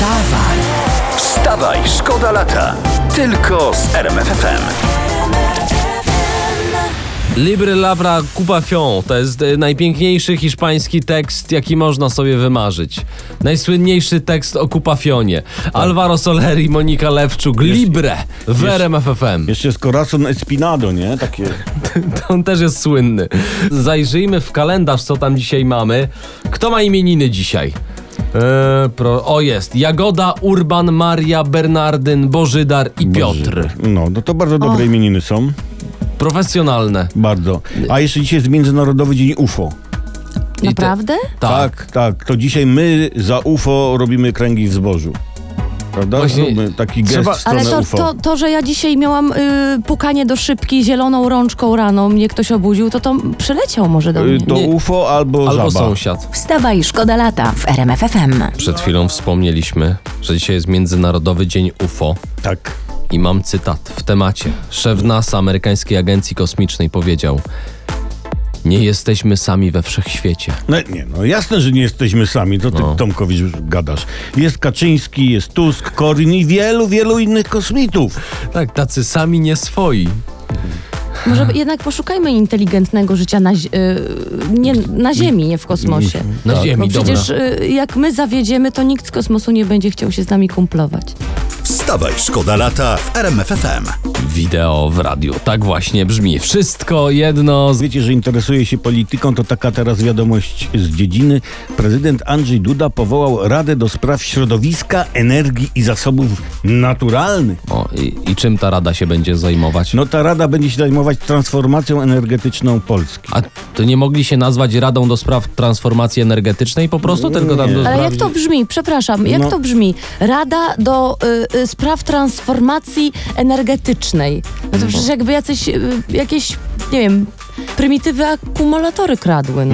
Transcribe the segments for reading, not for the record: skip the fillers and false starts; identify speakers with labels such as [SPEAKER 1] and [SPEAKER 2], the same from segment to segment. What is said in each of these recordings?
[SPEAKER 1] Wstawaj!
[SPEAKER 2] Wstawaj, szkoda lata. Tylko z RMF FM.
[SPEAKER 3] Libre labra ocupación to jest najpiękniejszy hiszpański tekst, jaki można sobie wymarzyć. Najsłynniejszy tekst o ocupacionie. Alvaro Soler i Monika Lewczuk. Libre w RMF FM.
[SPEAKER 4] Jeszcze jest Corazon Espinado, nie? Takie.
[SPEAKER 3] On też jest słynny. Zajrzyjmy w kalendarz, co tam dzisiaj mamy. Kto ma imieniny dzisiaj? Jest. Jagoda, Urban, Maria, Bernardyn, Bożydar i Piotr.
[SPEAKER 4] No to bardzo dobre imieniny są.
[SPEAKER 3] Profesjonalne.
[SPEAKER 4] Bardzo. A jeszcze dzisiaj jest Międzynarodowy Dzień UFO.
[SPEAKER 1] Naprawdę?
[SPEAKER 3] Tak.
[SPEAKER 4] To dzisiaj my za UFO robimy kręgi w zbożu. Prawda?
[SPEAKER 3] Właśnie
[SPEAKER 4] Róbmy taki gest w stronę
[SPEAKER 1] Ale
[SPEAKER 4] UFO.
[SPEAKER 1] to, że ja dzisiaj miałam pukanie do szybki zieloną rączką rano, mnie ktoś obudził, to przyleciał może do mnie.
[SPEAKER 4] To UFO albo żaba.
[SPEAKER 3] sąsiad.
[SPEAKER 1] Wstawaj, szkoda lata w RMF FM.
[SPEAKER 3] Przed chwilą wspomnieliśmy, że dzisiaj jest Międzynarodowy Dzień UFO.
[SPEAKER 4] Tak.
[SPEAKER 3] I mam cytat w temacie. Szef NASA, amerykańskiej agencji kosmicznej, powiedział: nie jesteśmy sami we wszechświecie.
[SPEAKER 4] No jasne, że nie jesteśmy sami. To ty, Tomkowicz, gadasz. Jest Kaczyński, jest Tusk, Korwin i wielu innych kosmitów.
[SPEAKER 3] Tak, tacy sami nie swoi.
[SPEAKER 1] Może jednak poszukajmy inteligentnego życia na Ziemi, nie w kosmosie.
[SPEAKER 3] Na Ziemi,
[SPEAKER 1] Bo przecież jak my zawiedziemy, to nikt z kosmosu nie będzie chciał się z nami kumplować.
[SPEAKER 2] Wstawaj, szkoda lata w RMF FM.
[SPEAKER 3] Wideo w radiu. Tak właśnie brzmi. Wszystko jedno.
[SPEAKER 4] Wiecie, że interesuje się polityką, to taka teraz wiadomość z dziedziny. Prezydent Andrzej Duda powołał Radę do Spraw Środowiska, Energii i Zasobów Naturalnych.
[SPEAKER 3] I czym ta rada się będzie zajmować?
[SPEAKER 4] Ta rada będzie się zajmować transformacją energetyczną Polski.
[SPEAKER 3] A to nie mogli się nazwać Radą do Spraw Transformacji Energetycznej po prostu? Tylko tam
[SPEAKER 1] Ale jak to brzmi? Przepraszam, jak to brzmi? Rada do Spraw Transformacji Energetycznej. No to przecież jakby jakieś, nie wiem, prymitywy akumulatory kradły.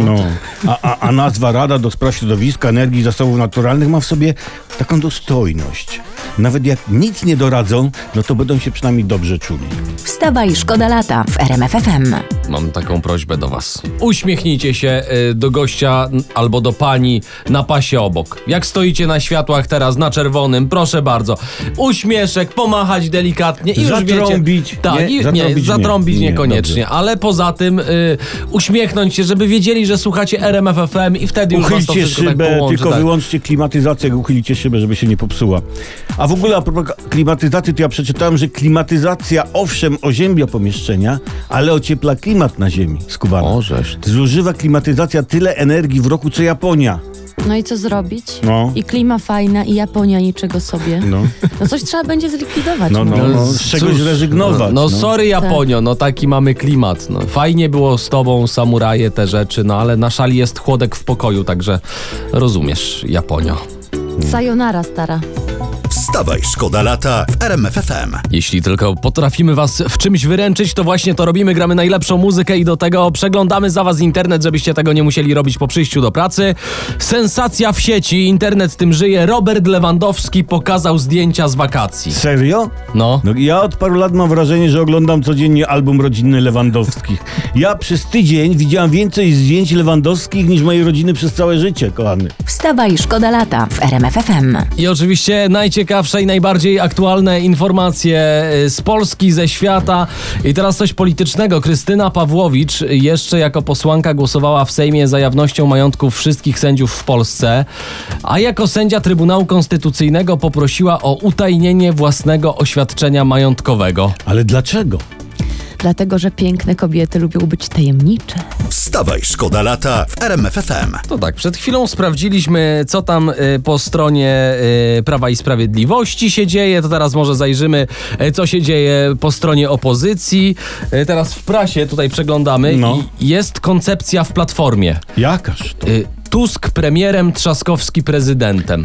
[SPEAKER 4] A nazwa Rada do Spraw Środowiska, Energii i Zasobów Naturalnych ma w sobie taką dostojność. Nawet jak nic nie doradzą, to będą się przynajmniej dobrze czuli.
[SPEAKER 1] Wstawaj, szkoda lata w RMF FM.
[SPEAKER 3] Mam taką prośbę do was. Uśmiechnijcie się do gościa albo do pani na pasie obok. Jak stoicie na światłach teraz, na czerwonym, proszę bardzo. Uśmieszek, pomachać delikatnie i już
[SPEAKER 4] zatrąbić,
[SPEAKER 3] wiecie. Tak,
[SPEAKER 4] zatrąbić
[SPEAKER 3] niekoniecznie. Ale poza tym uśmiechnąć się, żeby wiedzieli, że słuchacie RMF FM i wtedy już was to
[SPEAKER 4] Uchylcie
[SPEAKER 3] wszystko
[SPEAKER 4] szybę,
[SPEAKER 3] tak połączy.
[SPEAKER 4] tylko wyłączcie klimatyzację, jak uchylicie szybę, żeby się nie popsuła. A w ogóle a propos klimatyzacji, to ja przeczytałem, że klimatyzacja owszem oziębia pomieszczenia, ale ociepla klimat na Ziemi skubany. Zużywa klimatyzacja tyle energii w roku, co Japonia.
[SPEAKER 1] No i co zrobić?
[SPEAKER 4] No.
[SPEAKER 1] I klima fajna, i Japonia niczego sobie. No coś trzeba będzie zlikwidować.
[SPEAKER 4] Z czegoś zrezygnować.
[SPEAKER 3] Sorry Japonio, taki mamy klimat. Fajnie było z tobą, samuraje, te rzeczy, ale na szali jest chłodek w pokoju, także rozumiesz, Japonio.
[SPEAKER 1] Sayonara, stara.
[SPEAKER 2] Wstawaj, szkoda lata w RMF FM.
[SPEAKER 3] Jeśli tylko potrafimy was w czymś wyręczyć, to właśnie to robimy, gramy najlepszą muzykę i do tego przeglądamy za was internet, żebyście tego nie musieli robić po przyjściu do pracy. Sensacja w sieci, internet tym żyje. Robert Lewandowski pokazał zdjęcia z wakacji.
[SPEAKER 4] Serio? Ja od paru lat mam wrażenie, że oglądam codziennie album rodzinny Lewandowskich. Ja przez tydzień widziałam więcej zdjęć Lewandowskich niż mojej rodziny przez całe życie, kochany.
[SPEAKER 1] Wstawaj, szkoda lata w RMF FM.
[SPEAKER 3] I oczywiście najciekawsze i najbardziej aktualne informacje z Polski, ze świata. I teraz coś politycznego. Krystyna Pawłowicz jeszcze jako posłanka głosowała w Sejmie za jawnością majątków wszystkich sędziów w Polsce, a jako sędzia Trybunału Konstytucyjnego poprosiła o utajnienie własnego oświadczenia majątkowego.
[SPEAKER 4] Ale dlaczego?
[SPEAKER 1] Dlatego, że piękne kobiety lubią być tajemnicze.
[SPEAKER 2] Wstawaj, szkoda lata w RMF FM.
[SPEAKER 3] To tak, przed chwilą sprawdziliśmy, co tam po stronie Prawa i Sprawiedliwości się dzieje. To teraz może zajrzymy, co się dzieje po stronie opozycji. Teraz w prasie tutaj przeglądamy i jest koncepcja w Platformie.
[SPEAKER 4] Jakaż?
[SPEAKER 3] Tusk premierem, Trzaskowski prezydentem.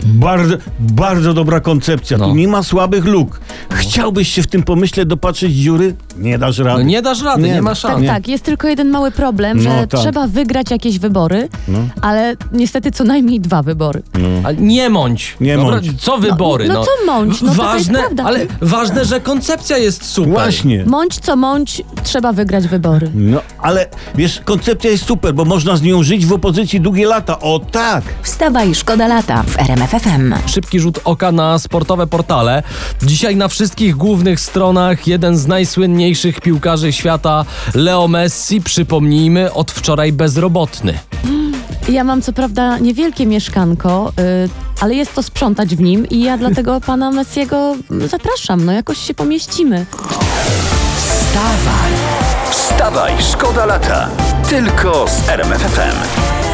[SPEAKER 4] Bardzo dobra koncepcja. Tu nie ma słabych luk. Chciałbyś się w tym pomyśle dopatrzeć dziury? Nie dasz rady.
[SPEAKER 3] Nie dasz rady, nie ma szans.
[SPEAKER 1] Tak, jest tylko jeden mały problem, że trzeba wygrać jakieś wybory, ale niestety co najmniej 2 wybory.
[SPEAKER 3] A nie mądź. Co wybory?
[SPEAKER 1] Co mądź?
[SPEAKER 3] Ważne,
[SPEAKER 1] to jest prawda.
[SPEAKER 3] ale ważne, że koncepcja jest super.
[SPEAKER 4] Właśnie.
[SPEAKER 1] Mądź co mądź, trzeba wygrać wybory.
[SPEAKER 4] Ale wiesz, koncepcja jest super, bo można z nią żyć w opozycji długie lata. lata, o tak!
[SPEAKER 5] Wstawaj, szkoda lata w RMF FM.
[SPEAKER 3] Szybki rzut oka na sportowe portale. Dzisiaj na wszystkich głównych stronach jeden z najsłynniejszych piłkarzy świata, Leo Messi, przypomnijmy, od wczoraj bezrobotny.
[SPEAKER 1] Ja mam co prawda niewielkie mieszkanko, ale jest to sprzątać w nim i ja dlatego pana Messiego zapraszam, no jakoś się pomieścimy.
[SPEAKER 2] Wstawaj, szkoda lata. Tylko z RMF FM.